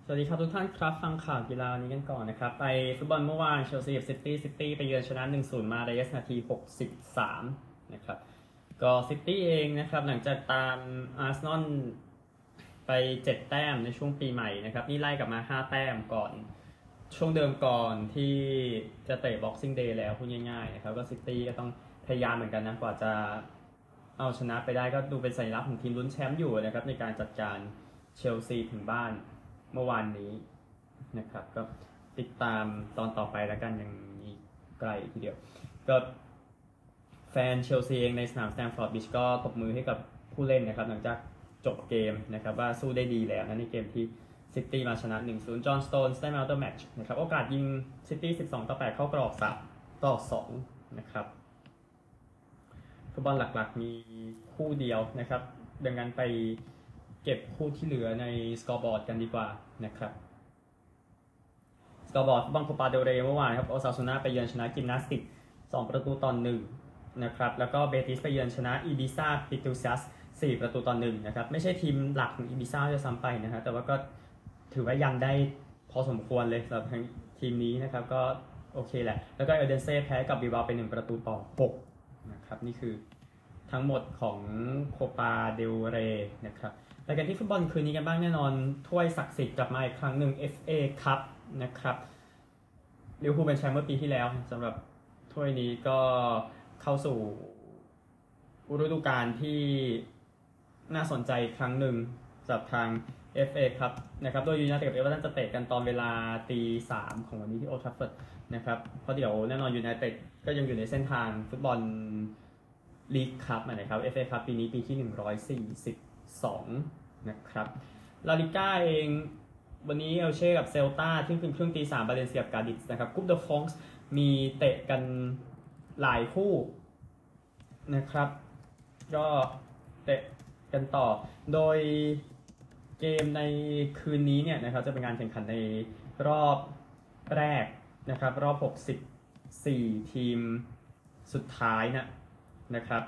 สวัสดีครับทุกท่านครับฟังข่าวกีฬานี้กันก่อนนะครับไปฟุตบอลเมื่อวานเชลซีกับซิตี้ไปเยือนชนะ 1-0 มาในนาที63นะครับก็ซิตี้เองนะครับหลังจากตามอาร์เซนอลไป7แต้มในช่วงปีใหม่นะครับนี่ไล่กลับมา5แต้มก่อนช่วงเดิมก่อนที่จะเตะ Boxing Day แล้วพูดง่ายๆนะครับก็ซิตี้ก็ต้องพยายามเหมือนกันนะกว่าจะเอาชนะไปได้ก็ดูเป็นสัญลักษณ์ของทีมลุ้นแชมป์อยู่นะครับในการจัดการเชลซีถึงบ้านเมื่อวานนี้นะครับก็ติดตามตอนต่อไปแล้วกันยังมีไกลทีเดียวก็แฟนเชลซีเองในสนามสแตมฟอร์ดบริดจ์ก็ตบมือให้กับผู้เล่นนะครับหลังจากจบเกมนะครับว่าสู้ได้ดีแล้วนะในเกมที่ซิตี้มาชนะ 1-0 จอห์นสโตนส์ได้แมนออฟเดอะแมตช์นะครับโอกาสยิงซิตี้12-8เข้ากรอบ3-2นะครับฟุตบอลหลักๆมีคู่เดียวนะครับดังนั้นไปเก็บคู่ที่เหลือในสกอร์บอร์ดกันดีกว่านะครับสกอร์บอร์ดฟุตบอลโคปาเดลเรย์เมื่อวานครับโอซาซูน่าไปเยือนชนะกิมนาสติก2-1นะครับแล้วก็เบติสไปเยือนชนะอีบิซ่าปิตูซัส4-1นะครับไม่ใช่ทีมหลักของอีบิซ่าจะซ้ำไปนะครับแต่ว่าก็ถือว่ายันได้พอสมควรเลยสำหรับทั้งทีมนี้นะครับก็โอเคแหละแล้วก็เอเดนเซ่แพ้กับบิลบาเป็น1-6นะครับนี่คือทั้งหมดของโคปาเดลเรย์นะครับรายการที่ฟุตบอลคืนนี้กันบ้างแน่นอนถ้วยศักดิ์สิทธิ์กลับมาอีกครั้งหนึ่ง FA Cup นะครับลิเวอร์พูลเป็นแชมป์เมื่อปีที่แล้วสำหรับถ้วยนี้ก็เข้าสู่ฤดูกาลที่น่าสนใจครั้งหนึ่งสำหรับทาง FA Cup นะครับโดยยูไนเต็ดกับเอเวอร์ตันจะเตะกันตอนเวลา3:00ของวันนี้ที่โอลด์แทราฟฟอร์ดนะครับเพราะเดี๋ยวแน่นอนยูไนเต็ดก็ยังอยู่ในเส้นทางฟุตบอลลีกคัพนะครับ FA Cup ปีนี้ปีที่142นะครับลาลิก้าเองวันนี้เอลเช่กับเซลตาที่คืนครึ่ง3บาเลนเซียกับกาดิสนะครับกุ๊ปเดอฟองส์มีเตะกันหลายคู่นะครับก็เตะกันต่อโดยเกมในคืนนี้เนี่ยนะครับจะเป็นการแข่งขันในรอบแรกนะครับรอบ64ทีมสุดท้ายนะครับ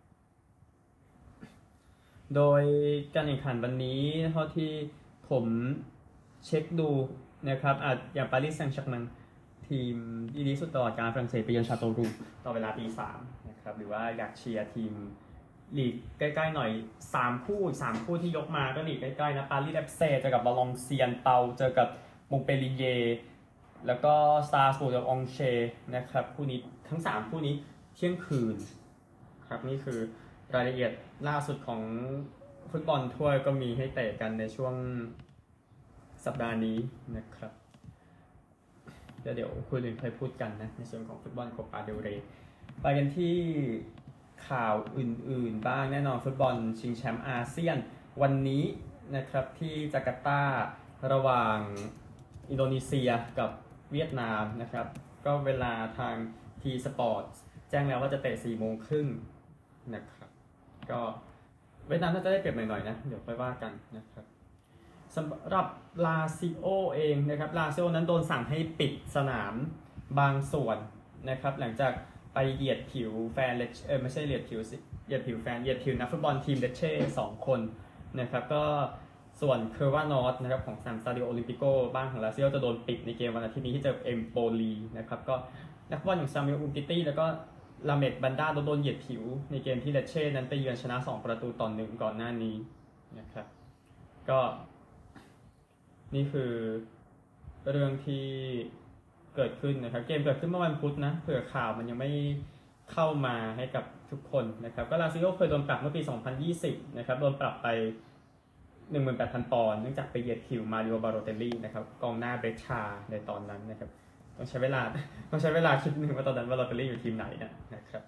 โดยการแข่งขันวันนี้เท่าที่ผมเช็คดูนะครับอย่างปารีสแซงต์แชร์แมงทีมที่ดีสุดตลอดการฝรั่งเศสไปเยือนชาโตรูต่อเวลา3:00นะครับหรือว่าอยากเชียร์ทีมลีกใกล้ๆหน่อย3คู่ที่ยกมาก็ลีกใกล้ๆนะปารีสแอฟเซ่เจอกับบาลองเซียนเปาเจอกับมงเปลีเยแล้วก็สตาร์สปูร์กับองเชนะครับคู่นี้ทั้ง3คู่นี้เที่ยงคืนครับนี่คือรายละเอียดล่าสุดของฟุตบอลถ้วยก็มีให้เตะกันในช่วงสัปดาห์นี้นะครับเดี๋ยวคุยถึงใครพูดกันนะในส่วนของฟุตบอลโคปาเดลเรย์ไปกันที่ข่าวอื่นๆบ้างแน่นอนฟุตบอลชิงแชมป์อาเซียนวันนี้นะครับที่จาการ์ตาระหว่างอินโดนีเซียกับเวียดนามนะครับก็เวลาทางทีสปอร์ตแจ้งแล้วว่าจะเตะ4:30นะครับก็เวียดนามน่าจะได้เปรียบหน่อยๆนะเดี๋ยวค่อยว่ากันนะครับสำหรับลาซิโอเองนะครับลาซิโอนั้นโดนสั่งให้ปิดสนามบางส่วนนะครับหลังจากไปเหยียดผิวแฟนไม่ใช่เหยียดผิวสิเหยียดผิวแฟนเหยียดผิวนักฟุตบอลทีมเลเช่2 คนนะครับก็ส่วนเคอร์วานอสนะครับของสตาดิโอโอลิมปิโกบ้านของลาซิโอจะโดนปิดในเกมวันอาทิตย์นี้ที่เจอเอมโปลีนะครับก็นักฟุตบอลอย่างซามิเอลอุมติตี้แล้วก็ลาเมดบันดาโดนเหยียดผิวในเกมที่เลเช่นั้นไปเยือนชนะ2-1ก่อนหน้านี้นะครับก็นี่คือเรื่องที่เกิดขึ้นนะครับเกมเกิดขึ้นเมื่อวันพุธนะเผื่อข่าวมันยังไม่เข้ามาให้กับทุกคนนะครับก็ลาซิโอเคยโดนปรับเมื่อปี2020นะครับโดนปรับไป 18,000 ปอนด์เนื่องจากไปเหยียดผิวมาริโอบาโรเตลลี่นะครับกองหน้าเบรชาในตอนนั้นนะครับต้องใช้เวลาคิดหนึ่งว่าตอนนั้นว่าโรเตลลี่อยู่ทีมไหนนะครับ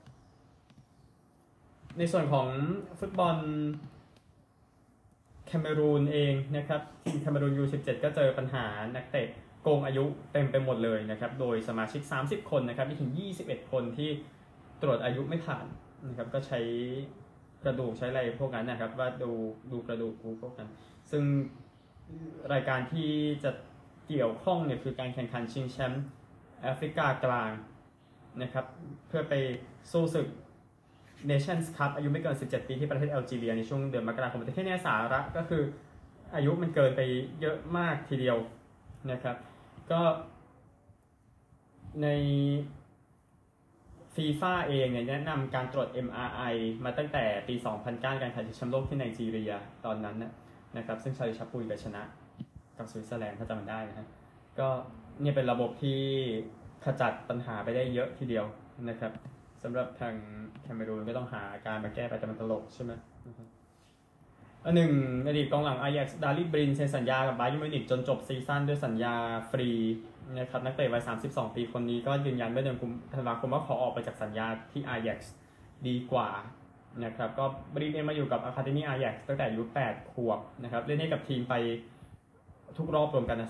ในส่วนของฟุตบอลแคเมรูนเองนะครับทีมแคเมรูน U17 ก็เจอปัญหานักเตะโกงอายุเต็มไปหมดเลยนะครับโดยสมาชิก30 คนนะครับมีถึง21 คนที่ตรวจอายุไม่ผ่านนะครับก็ใช้กระดูกใช้อะไรพวกนั้นนะครับว่าดูกระดูกพวกนั้นซึ่งรายการที่จะเกี่ยวข้องเนี่ยคือการแข่งขันชิงแชมป์แอฟริกากลางนะครับเพื่อไปสู้ศึกNations Cup อายุไม่เกิน17 ปีที่ประเทศแอลจีเรียในช่วงเดือนมกราคมประเทศในสาระก็คืออายุมันเกินไปเยอะมากทีเดียวนะครับก็ในฟีฟ่าเองเนี่ยแนะนำการตรวจ MRI มาตั้งแต่ปี 2009 การแข่งขันแชมป์โลกที่ไนจีเรียตอนนั้นนะครับซึ่งชาลิชาปุยไปชนะกับสวิตเซอร์แลนด์ถ้าจำได้นะฮะก็เนี่ยเป็นระบบที่ขจัดปัญหาไปได้เยอะทีเดียวนะครับสำหรับทางแคเมรูนก็ต้องหาการมาแก้ไปแต่มันตลกใช่ไหมอันหนึ่งอดีตกองหลังอายักซ์ดาริบรินเซ็นสัญญากับบาเยิร์นมิวนิกจนจบซีซั่นด้วยสัญญาฟรีนะครับนักเตะวัย32 ปีคนนี้ก็ยืนยันเมื่อเดือนธันวาคมว่าขอออกไปจากสัญญาที่อายักซ์ดีกว่านะครับก็บรินเองมาอยู่กับอะคาเดมี่อายักซ์ตั้งแต่อายุ8 ขวบนะครับเล่นให้กับทีมไปทุกรอบรวมกัน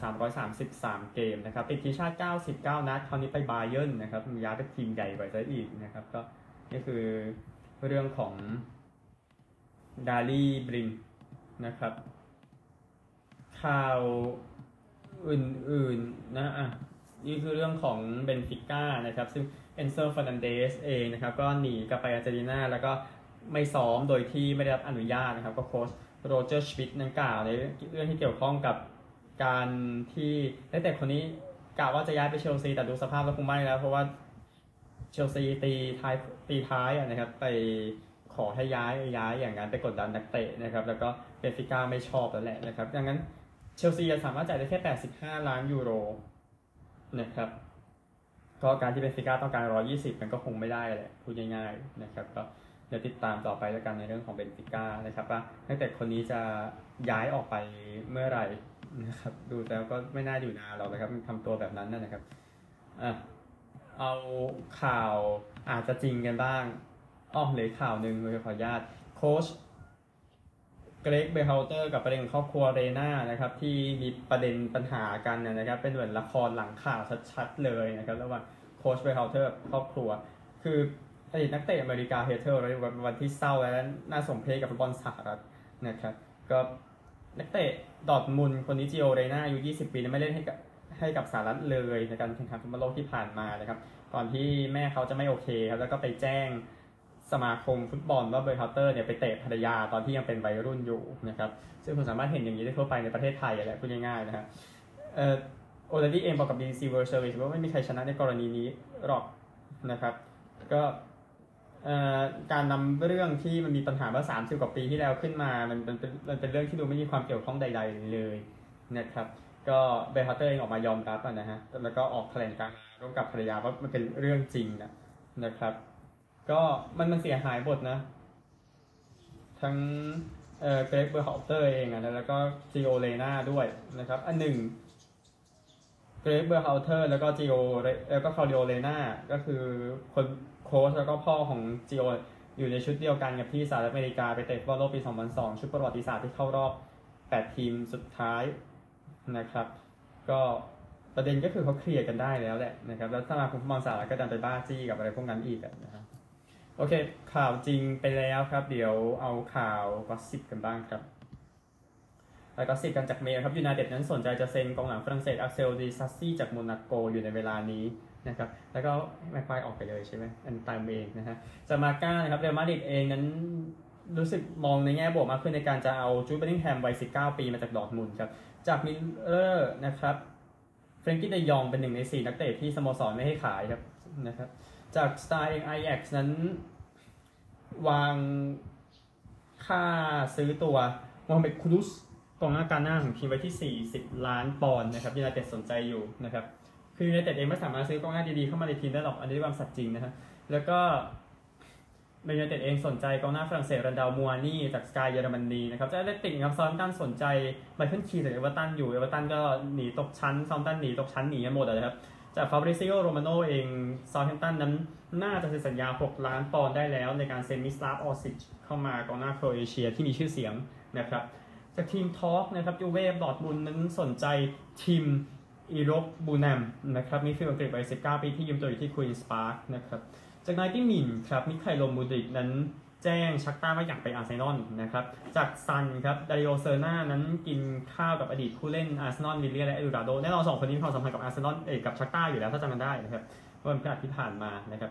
333 เกมนะครับติดทีมชาติ99 นัดคราวนี้ไปบาเยิร์นนะครับย้ายไปทีมใหญ่กว่าซะอีกนะครับก็นี่คือเรื่องของดาลีบรินนะครับข่าวอื่นๆนะนี่คือเรื่องของเบนฟิก้านะครับซึ่งเอนเซอร์ฟานันเดสเองนะครับก็หนีกลับไปอาร์เจนตินาแล้วก็ไม่ซ้อมโดยที่ไม่ได้รับอนุญาตนะครับก็โค้ชโรเจอร์ชมิดนั้นกล่าวในเรื่องที่เกี่ยวข้องกับการที่นักเตะคนนี้กล่าวว่าจะย้ายไปเชลซีแต่ดูสภาพแล้วคงไม่แล้วเพราะว่าเชลซีตีท้ายนะครับไปขอให้ย้ายอย่างนั้นไปกดดันนักเตะนะครับแล้วก็เบนฟิก้าไม่ชอบแล้วแหละนะครับดังนั้นเชลซีจะสามารถจ่ายได้แค่85 ล้านยูโรนะครับก็การที่เบนฟิก้าต้องการ120มันก็คงไม่ได้แหละพูดง่ายๆนะครับก็เดี๋ยวติดตามต่อไปแล้วกันในเรื่องของเบนฟิก้านะครับว่านักเตะคนนี้จะย้ายออกไปเมื่อไหร่นะครับดูแล้วก็ไม่น่าอยู่นานหรอกนะครับมันทำตัวแบบนั้นนะครับเอาข่าวอาจจะจริงกันบ้างเหลือข่าวหนึ่งเลยขออนุญาตโค้ชเกรกเบเฮาเตอร์กับประเด็นครอบครัวเรน่านะครับที่มีประเด็นปัญหากันนะครับเป็นเหมือนละครหลังข่าวชัดๆเลยนะครับระหว่างโค้ชเบเฮาเตอร์กับครอบครัวคืออดีตนักเตะอเมริกาเฮเทอร์วันที่เศร้าและน่าสมเพชกับฟุตบอลสหรัฐนะครับก็นักเตะดอร์ทมุนด์คนนี้จิโอเรน่าอายุ20 ปีไม่เล่นให้กับสหรัฐเลยในการแข่งขันฟุตบอลโลกที่ผ่านมานะครับก่อนที่แม่เขาจะไม่โอเคครับแล้วก็ไปแจ้งสมาคมฟุตบอลว่าเบอร์เคาน์เตอร์เนี่ยไปเตะภรรยาตอนที่ยังเป็นวัยรุ่นอยู่นะครับซึ่งคุณสามารถเห็นอย่างนี้ได้ทั่วไปในประเทศไทยแหละพูดง่ายๆนะครับโอเลดี้เองบอกกับ BBC World Service ว่าไม่มีใครชนะในกรณีนี้หรอกนะครับก็การนำเรื่องที่มันมีปัญหาเมื่อ30 กว่าปีที่แล้วขึ้นมามันเป็นเรื่องที่ดูไม่มีความเกี่ยวข้องใดๆเลยนะครับก็เบย์เคาน์เตอร์เองออกมายอมรับนะฮะแล้วก็ออกแถลงการณ์ร่วมกับภรรยาว่ามันเป็นเรื่องจริงนะครับก็มันเสียหายหมดนะทั้งเกรกเบอร์เคาน์เตอร์เองแล้วก็จิโอเลน่าด้วยนะครับอันหนึ่งเกรกเบอร์เคาน์เตอร์แล้วก็จิโอแล้วก็คาริโอเลน่าก็คือคนโค้ชแล้วก็พ่อของจิโออยู่ในชุดเดียวกันกับที่สหรัฐอเมริกาไปเตะฟุตบอลโลกปี2002ชุดประวัติศาสตร์ที่เข้ารอบ8 ทีมสุดท้ายนะครับก็ประเด็นก็คือเขาเคลียร์กันได้แล้วแหละนะครับแล้วสมาคมฟุตบอลสหรัฐก็ดันไปบ้าจี้กับอะไรพวกนั้นอีกนะครับโอเคข่าวจริงไปแล้วครับเดี๋ยวเอาข่าวก็สิบกันบ้างครับแล้วก็สิบกันจากเมลครับยูไนเต็ดนั้นสนใจจะเซ็นกองหลังฝรั่งเศสอักเซลดีซัสซี่จากโมนาโกอยู่ในเวลานี้นะครับแล้วก็แม็กควายออกไปเลยใช่ไหมอันตามเองนะฮะจากมาก้านะครับเรอัลมาดริดเองนั้นรู้สึกมองในแง่บวกมากขึ้นในการจะเอาจูดเบลลิงแฮมวัย19 ปีมาจากดอร์ทมุนด์ครับจากมิลเลอร์นะครับเฟรนกี้เดยองเป็น1 ใน 4นักเตะที่สโมสรไม่ให้ขายครับนะครับจากสตาร์เองไอแอ็กซ์นั้นวางค่าซื้อตัวโมฮัมเหม็ดคูดุสกองหน้ากาน่าของทีมไว้ที่40 ล้านปอนด์นะครับยูไนเต็ดสนใจอยู่นะครับคือยูไนเต็ดเองไม่สามารถซื้อกองหน้าดีๆเข้ามาในทีมได้หรอกอันนี้ความสัตย์จริงนะฮะแล้วก็ยูไนเต็ดเองสนใจกองหน้าฝรั่งเศสรันดาวมัวนี่จากสกายเยอรมนีนะครับจะได้ติดครับซอมตันสนใจไมเคิลคีจากเอเวอร์ตันอยู่เอเวอร์ตันก็หนีตกชั้นซอมตันหนีตกชั้นหนีกันหมดเลยครับจากฟาบริซิโอโรมาโนเองซาแฮมป์ตันนั้นน่าจะเซ็นสัญญา6 ล้านปอนด์ได้แล้วในการเซ็นมิสลาฟออซิชเข้ามากองหน้าโครเอเชียที่มีชื่อเสียงนะครับจากทีมทอล์กนะครับยูเว่ดอร์ทมุนด์นั้นสนใจทีมอีโรบบูนัมนะครับมีฟิลอังกฤษวัย19 ปีที่ยืมตัวอยู่ที่ควีนส์พาร์คนะครับจากไนตี้มินครับมิคไคโลมูดริกนั้นแจ้งชักต้าว่าอยากไปอาร์เซนอลนะครับจากซันครับดาริโอเซอร์นานั้นกินข้าวกับอดีตผู้เล่นอาร์เซนอลวิลเลียและเอลูราโดแน่นอน2 คนนี้มีความสัมพันธ์กับอาร์เซนอลกับชักต้าอยู่แล้วถ้าจำกันได้นะครับวันพฤหัสที่ผ่านมานะครับ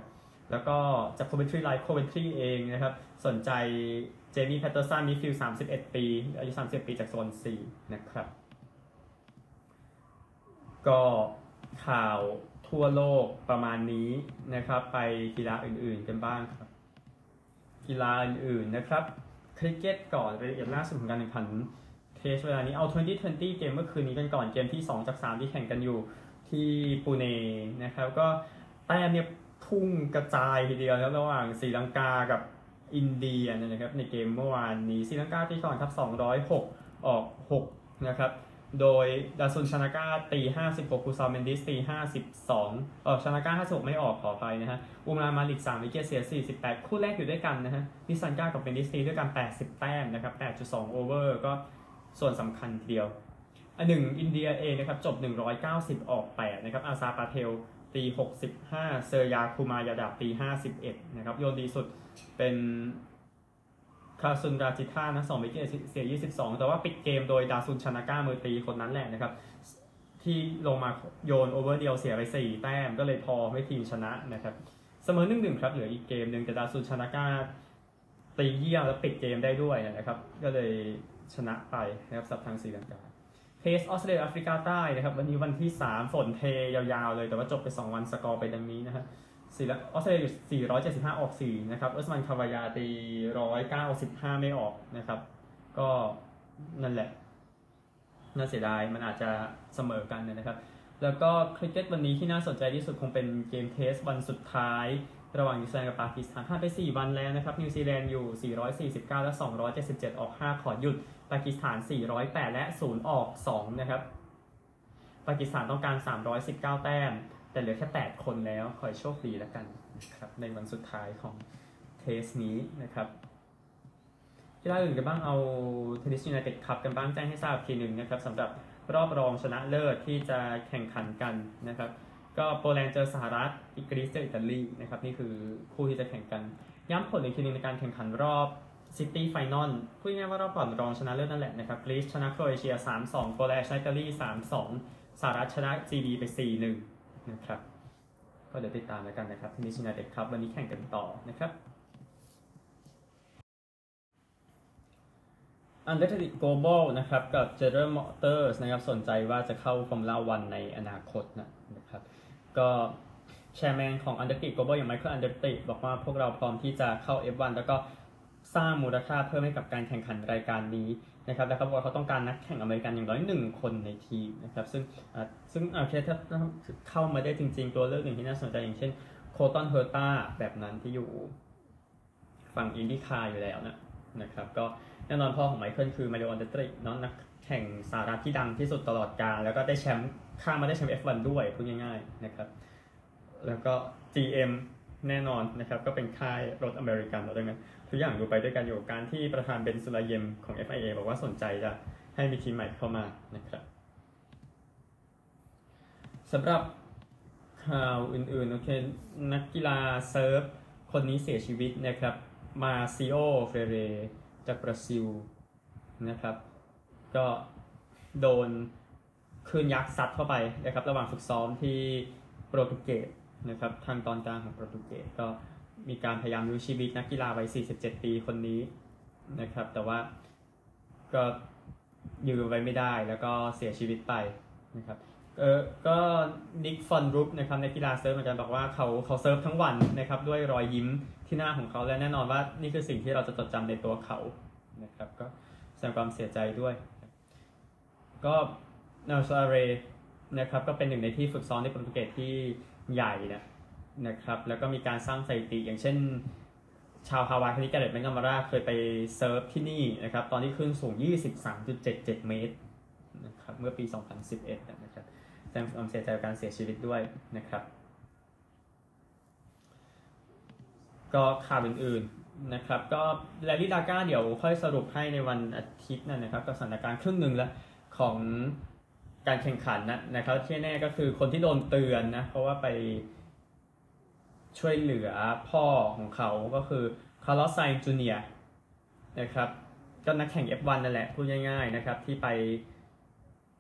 แล้วก็จาก Coventry Live Coventry เองนะครับสนใจเจมี่แพตเตอร์สันมิดฟิลด์31 ปีอายุ31 ปีจากโซน C นะครับก็ข่าวทั่วโลกประมาณนี้นะครับไปกีฬาอื่นๆกันบ้างครับกีฬาอื่นๆนะครับคริกเก็ตก่อนรายละเอียดล่าสุดของการแข่งขันเทสเวลานี้เอา2020เกมเมื่อคืนนี้กันก่อนเกมที่2จาก3ที่แข่งกันอยู่ที่ปูเนนะครับก็แต้มเนี่ยพุ่งกระจายทีเดียวแล้วระหว่างศรีลังกากับอินเดียนะครับในเกมเมื่อวานนี้ศรีลังกาตีก่อนครับ206ออก6นะครับโดยดาซุนชนาก้าตี56คูซาเมนดิสตี52ชนาก้า56ไม่ออกขออภัยนะฮะอุมรานมาลิก3วิกเก็ตเสีย48คู่แรกอยู่ด้วยกันนะฮะนิสันก้ากับเมนดิสตีด้วยกัน80แต้มนะครับ 8.2 โอเวอร์ก็ส่วนสำคัญทีเดียวอันหนึ่งอินเดียเองนะครับจบ190ออก8นะครับอาซาปาเทลตี65เซอร์ยาคูมายาดาบตี51นะครับโยนดีสุดเป็นคาซุนราจิท่านะ2วิกเก็ตเสีย22แต่ว่าปิดเกมโดยดาซุนชานาก้ามือตีคนนั้นแหละนะครับที่ลงมาโยนโอเวอร์เดียวเสียไป4แต้มก็เลยพอให้ทีมชนะนะครับเสมอ 1-1 ครับเหลืออีกเกมนึงแต่ดาซุนชานาก้าตีเยี่ยมแล้วปิดเกมได้ด้วยนะครับก็เลยชนะไปนะครับสำหรับทางศรีลังกาเทสออสเตรเลียแอฟริกาใต้นะครับวันนี้วันที่3ฝนเทยาวๆเลยแต่ว่าจบไป2วันสกอร์ไปดังนี้นะฮะออสเตรเลียอยู่475ออก4นะครับอุสมันคาวายาตี195ไม่ออกนะครับก็นั่นแหละน่าเสียดายมันอาจจะเสมอกันนะครับแล้วก็คริกเก็ตวันนี้ที่น่าสนใจที่สุดคงเป็นเกมเทสวันสุดท้ายระหว่างนิวซีแลนด์กับปากีสถานผ่านไป4วันแล้วนะครับนิวซีแลนด์อยู่449และ277ออก5ขอหยุดปากีสถาน408และ0ออก2นะครับปากีสถานต้องการ319แต้มแต่เหลือแค่8คนแล้วขอให้โชคดีแล้วกันนะครับในวันสุดท้ายของเทสนี้นะครับกีฬาอื่นกันบ้างเอาเทนนิสยูไนเต็ดคัพกันบ้างแจ้งให้ทราบทีหนึ่งนะครับสำหรับรอบรองชนะเลิศที่จะแข่งขันกันนะครับก็โปแลนด์เจอสหรัฐกรีซเจออิตาลีนะครับนี่คือคู่ที่จะแข่งกันย้ำผลอีกทีนึงในการแข่งขันรอบซิตี้ไฟนอลพูดง่ายๆว่ารอบก่อนรองชนะเลิศนั่นแหละนะครับกรีซชนะโครเอเชีย 3-2 โปแลนด์ชนะอิตาลี 3-2 สหรัฐชนะ GB ไป 4-1 นะครับก็เดี๋ยวติดตามแล้วกันนะครับเทนนิสยูไนเต็ดคัพวันนี้แข่งกันต่อนะครับUndertake Global นะครับกับ General Motors นะครับสนใจว่าจะเข้าฟอร์มูล่าวันในอนาคตนะครับก็แชร์แมนของ Undertake Global อย่าง Michael Undertake บอกว่าพวกเราพร้อมที่จะเข้า F1 แล้วก็สร้างมูลค่าเพิ่มให้กับการแข่งขันรายการนี้นะครับแล้วเขาบอกว่าเขาต้องการนักแข่งอเมริกันอย่างน้อย1คนในทีมนะครับซึ่งโอเคถ้าเข้ามาได้จริงๆตัวเลือกหนึ่งที่น่าสนใจอย่างเช่นโคตันเฮอร์ต้าแบบนั้นที่อยู่ฝั่งอินดี้คาร์อยู่แล้วนะครับก็แน่นอนพ่อของไมเคิลคือมาริโอ อันเดอร์ตริน้องนักแข่งสหรัฐที่ดังที่สุดตลอดกาลแล้วก็ได้แชมป์ข้ามมาได้แชมป์ F1 ด้วยพูดง่ายๆนะครับแล้วก็ GM แน่นอนนะครับก็เป็นค่ายรถอเมริกันดังนั้นทุกอย่างดูไปด้วยกันอยู่การที่ประธานเบนซูลาเยมของ FIA บอกว่าสนใจจะให้มีทีมใหม่เข้ามานะครับสำหรับข่าวอื่นๆโอเคนักกีฬาเซิร์ฟคนนี้เสียชีวิตนะครับมาซิโอเฟเรจากบราซิลนะครับก็โดนคลื่นยักษ์ซัดเข้าไปนะครับระหว่างฝึกซ้อมที่โปรตุเกสนะครับทางตอนกลางของโปรตุเกสก็มีการพยายามยื้อชีวิตนักกีฬาวัย47 ปีคนนี้นะครับแต่ว่าก็ยื้อไว้ไม่ได้แล้วก็เสียชีวิตไปนะครับก็นิกฟอนรูปนะครับนักกีฬาเซิร์ฟเหมือนกันบอกว่าเขาเซิร์ฟทั้งวันนะครับด้วยรอยยิ้มที่หน้าของเขาและแน่นอนว่านี่คือสิ่งที่เราจะจดจำในตัวเขานะครับก็แสดงความเสียใจด้วยก็นาซาเรนะครับก็เป็นหนึ่งในที่ฝึกซ้อมในโปรตุเกสที่ใหญ่นะครับแล้วก็มีการสร้างสถิติอย่างเช่นชาวฮาวายคนนี้แกเรตแมนกามาราเคยไปเซิร์ฟที่นี่นะครับตอนที่ขึ้นสูง 23.77 เมตรนะครับเมื่อปี 2011 นะครับแสดงความเสียใจกับการเสียชีวิตด้วยนะครับก็ข่าวอื่นๆนะครับก็แลลี่ดาก้าเดี๋ยวค่อยสรุปให้ในวันอาทิตย์นะครับกับสถานการณ์ครึ่งหนึ่งแล้วของการแข่งขันนะครับที่แน่ก็คือคนที่โดนเตือนนะเพราะว่าไปช่วยเหลือพ่อของเขาก็คือคาร์ลอส ไซน์จูเนียร์นะครับก็นักแข่ง F1 นั่นแหละพูดง่ายๆนะครับที่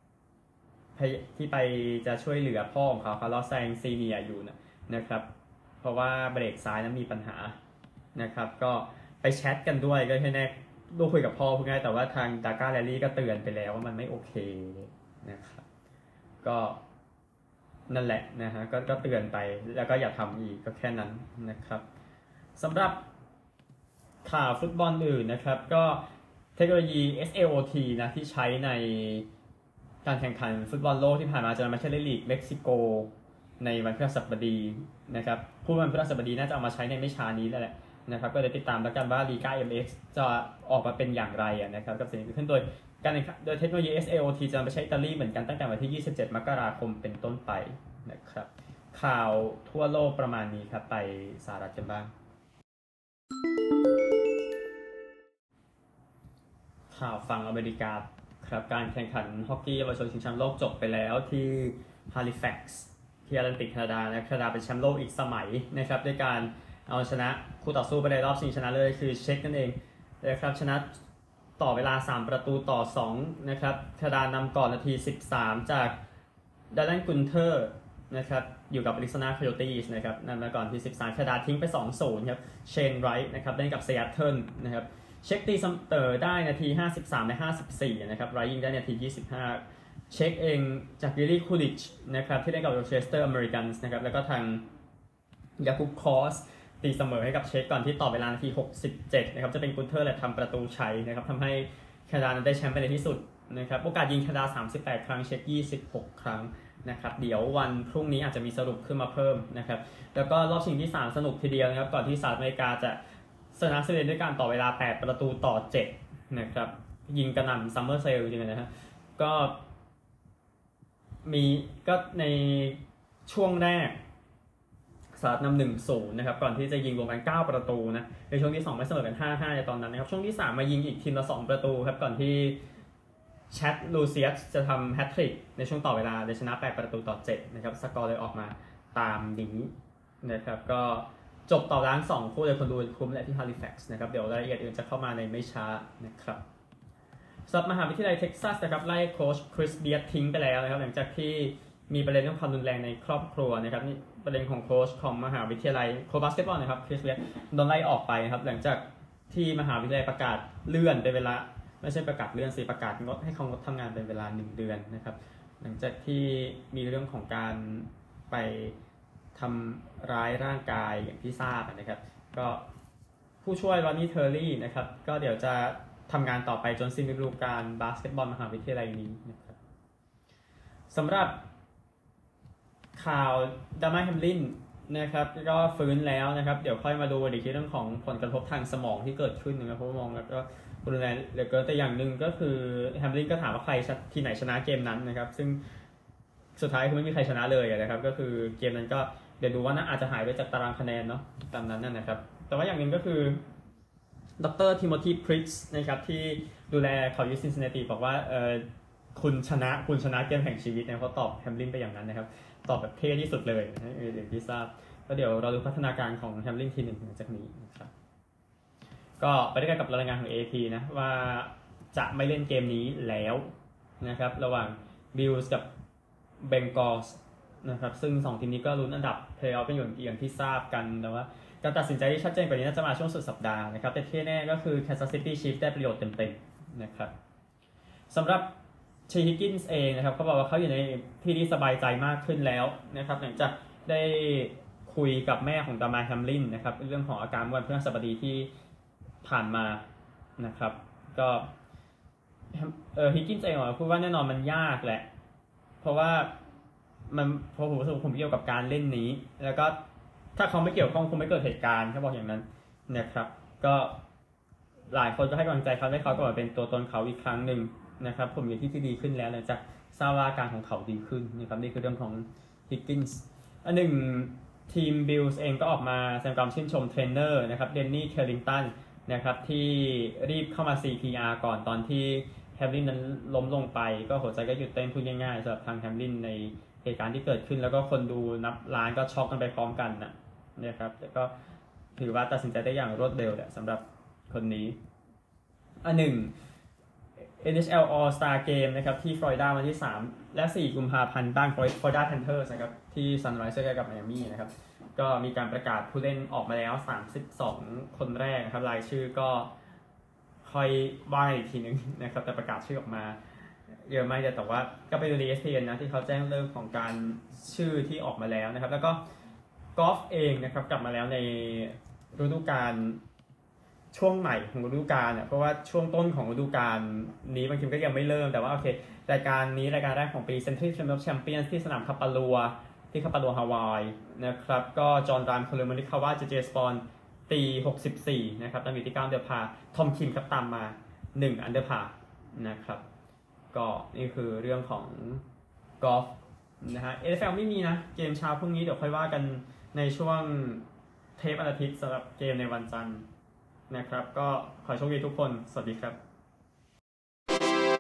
ไปจะช่วยเหลือพ่อของเขาคาร์ลอส ไซน์ซีเนียร์อยู่นะครับเพราะว่าเบรกซ้ายนั้นมีปัญหานะครับก็ไปแชทกันด้วยก็ให้แน่ดูคุยกับพ่อพูดง่ายแต่ว่าทางดาก้าแรลลี่ก็เตือนไปแล้วว่ามันไม่โอเคนะครับก็นั่นแหละนะฮะก็เตือนไปแล้วก็อย่าทำอีกก็แค่นั้นนะครับสำหรับข่าวฟุตบอลอื่นนะครับก็เทคโนโลยี SAOT นะที่ใช้ในการแข่งขันฟุตบอลโลกที่ผ่านมาจะมาใช้ในลีกเม็กซิโกในวันพฤหัสบดีนะครับผู้วันพฤหัสบดีน่าจะเอามาใช้ในไม่ช้านี้แล้วแหละนะครับก็เลยติดตามแล้วกันว่าลีก้า MX จะออกมาเป็นอย่างไรนะครับกับสิ่งที่เกิดขึ้นโดยการโดยเทคโนโลยี SAOT จะไปใช้อิตาลีเหมือนกันตั้งแต่วันที่ 27 มกราคมเป็นต้นไปนะครับข่าวทั่วโลกประมาณนี้ครับไปสหรัฐกันบ้างข่าวฝั่งอเมริกาครับการแข่งขันฮอกกี้เยาวชนชิงแชมป์โลกจบไปแล้วที่ฮาลิแฟกซ์ที่แอตแลนติกแคนาดานะแคนาดาเป็นแชมป์โลกอีกสมัยนะครับด้วยการเอาชนะคู่ต่อสู้ไปในรอบชิงชนะเลิศคือเช็กนั่นเองนะครับชนะต่อเวลา3ประตูต่อ2นะครับแคนาดานำก่อนนาที13จากดารันกุนเทอร์นะครับอยู่กับอริโซนาคอยโอตี้นะครับนำมาก่อนที่13แคนาดาทิ้งไป 2-0 ครับเชนไรท์นะครับเล่นกับซีแอตเทิลนะครับเช็คตีเสมอได้นาที53และ54นะครับไรท์ยิงได้นาที25เช็คเองจากวิลลี่คูลิชนะครับที่เล่นกับโรเชสเตอร์อเมริกันส์นะครับแล้วก็ทางยาคุบคอสตีเสมอให้กับเช็คก่อนที่ต่อเวลานาที67นะครับจะเป็นกุนเทอร์แหละทำประตูชัยนะครับทำให้แคนาดาได้แชมป์ไปในที่สุดนะครับโอกาสยิงแคนาดา38ครั้งเช็ค26ครั้งนะครับเดี๋ยววันพรุ่งนี้อาจจะมีสรุปขึ้นมาเพิ่มนะครับแล้วก็รอบชิงที่3สนุกทีเดียวนะครับก่อนที่สหรัฐอเมริกาจะชนะสวีเดนด้วยการต่อเวลา8ประตูต่อ7นะครับยิงกระหน่ำซัมเมอร์เซลจริงๆนะฮะก็ในช่วงแรกสหรัฐนำ 1-0 นะครับก่อนที่จะยิงรวมกัน9ประตูนะในช่วงที่2ไม่เสมอกัน 5-5 ในตอนนั้นนะครับช่วงที่3มายิงอีกทีมละ2ประตูครับก่อนที่แชทลูเซียสจะทำแฮตทริกในช่วงต่อเวลาได้ชนะ8ประตูต่อ7นะครับสกอร์เลยออกมาตามนี้นะครับก็จบต่อล้าง2คู่เลยคนดูคุ้มและที่ฮาลิแฟกซ์นะครับเดี๋ยวรายละเอียดอื่นจะเข้ามาในไม่ช้านะครับสำหรับมหาวิทยาลัยเท็กซัสนะครับไล่โค้ชคริสเบียร์ทิ้งไปแล้วนะครับหลังจากที่มีประเด็นเรื่องความรุนแรงในครอบครัวนะครับนี่ประเด็นของโค้ชของมหาวิทยาลัยโค้ชบาสเกตบอลนะครับคริสเบียร์โดนไล่ออกไปนะครับหลังจากที่มหาวิทยาลัยประกาศเลื่อนเป็นเวลาไม่ใช่ประกาศเลื่อนสิประกาศงดให้เขางดทำงานเป็นเวลา1เดือนนะครับหลังจากที่มีเรื่องของการไปทำร้ายร่างกายอย่างที่ทราบนะครับก็ผู้ช่วยรอนนี่เทอร์รี่นะครับก็เดี๋ยวจะทำงานต่อไปจนสิ้นฤดูกาลบาสเกตบอลมหาวิทยาลัยนี้นะครับสำหรับข่าวดามาแฮมลินนะครับก็ฟื้นแล้วนะครับเดี๋ยวค่อยมาดูอีกทีเรื่องของผลกระทบทางสมองที่เกิดขึ้นนะครับเพราะมองแล้วก็รุนแรงเหลือเกินแต่อย่างหนึ่งก็คือแฮมลินก็ถามว่าใครทีไหนชนะเกมนั้นนะครับซึ่งสุดท้ายคือไม่มีใครชนะเลยนะครับก็คือเกมนั้นก็เดี๋ยวดูว่าน่าอาจจะหายไปจากตารางคะแนนเนาะตามนั้นนะครับแต่ว่าอย่างหนึ่งก็คือดร.ทิโมธีพริตซ์นะครับที่ดูแลเขาอยู่ซินซินเนติบอกว่าคุณชนะเกมแห่งชีวิตนะเขาตอบแฮมลินไปอย่างนั้นนะครับตอบแบบเท่ที่สุดเลยนะอย่างที่ทราบก็เดี๋ยวเราดูพัฒนาการของแฮมลินทีหนึ่งหลังจากนี้นะครับก็ไปด้วยกันกับรายงานของ AP นะว่าจะไม่เล่นเกมนี้แล้วนะครับระหว่างบิลส์กับเบงกอลส์นะครับซึ่ง2ทีมนี้ก็ลุ้นอันดับเพลย์ออฟเป็นอย่างที่ทราบกันแต่ว่าการตัดสินใจที่ชัดเจนกว่านี้น่าจะมาช่วงสุดสัปดาห์นะครับแต่ที่แน่ก็คือ Kansas City Chiefs ได้ประโยชน์เต็มๆนะครับสำหรับชีฮิกกินส์เองนะครับเขาบอกว่าเขาอยู่ในที่ที่สบายใจมากขึ้นแล้วนะครับหลังจากได้คุยกับแม่ของดามาแฮมลินนะครับเรื่องของอาการวันพฤหัสบดีที่ผ่านมานะครับก็ฮิกกินส์เองพูดว่าแน่นอนมันยากแหละเพราะว่าพอผมรู้สึกผมเกี่ยวกับการเล่นนี้แล้วก็ถ้าเขาไม่เกี่ยวข้องคงไม่เกิดเหตุการณ์เขาบอกอย่างนั้นนะครับก็หลายคนก็ให้กำลังใจเขาให้เขากลับมาเป็นตัวตนเขาอีกครั้งหนึ่งนะครับผมอยู่ที่ดีขึ้นแล้วหลังจากทราบว่าอาการของเขาดีขึ้นนะครับนี่คือเรื่องของฮิกกินส์อันหนึ่งทีมบิลส์เองก็ออกมาแสดงความชื่นชมเทรนเนอร์นะครับเดนนี่เคลลิงตันนะครับที่รีบเข้ามา CPR ก่อนตอนที่แฮมลินนั้นล้มลงไปก็หัวใจก็หยุดเต้นพูดง่ายๆสำหรับทางแฮมลินในเหตุการณ์ที่เกิดขึ้นแล้วก็คนดูนับล้านก็ช็อกกันไปพร้อมกันนะครับแต่ก็ถือว่าตัดสินใจได้อย่างรวดเร็วแหละสำหรับคนนี้อันหนึ่ง NHL All Star Game นะครับที่ฟลอริดาวันที่3และ4กุมภาพันธ์บ้าน Florida Panthers นะครับที่ Sunrise ใกล้กับ Miami นะครับก็มีการประกาศผู้เล่นออกมาแล้ว32คนแรกครับรายชื่อก็ค่อยว่าอีกทีนึงนะครับแต่ประกาศชื่อออกมาเยอะมากแต่ว่าก็ไปดูใน ESPN นะที่เขาแจ้งเรื่องของการชื่อที่ออกมาแล้วนะครับแล้วก็กอล์ฟเองนะครับกลับมาแล้วในฤดูกาลช่วงใหม่ของฤดูกาลเนี่ยเพราะว่าช่วงต้นของฤดูกาลนี้บางทีก็ยังไม่เริ่มแต่ว่าโอเครายการนี้รายการแรกของปี Century Champions ที่สนามคาปาลัวที่คาปาลัวฮาวายนะครับก็จอห์นรามโคเลมอนิคาวาเจเจสปอนตี64นะครับตามอยู่ที่9อันเดอร์พาทอมคิมครับตามมา1อันเดอร์พานะครับก็นี่คือเรื่องของกอล์ฟนะฮะ NFL ไม่มีนะเกมเช้าพรุ่งนี้เดี๋ยวค่อยว่ากันในช่วงเทปวันอาทิตย์สำหรับเกมในวันจันทร์นะครับก็ขอโชคดีทุกคนสวัสดีครับ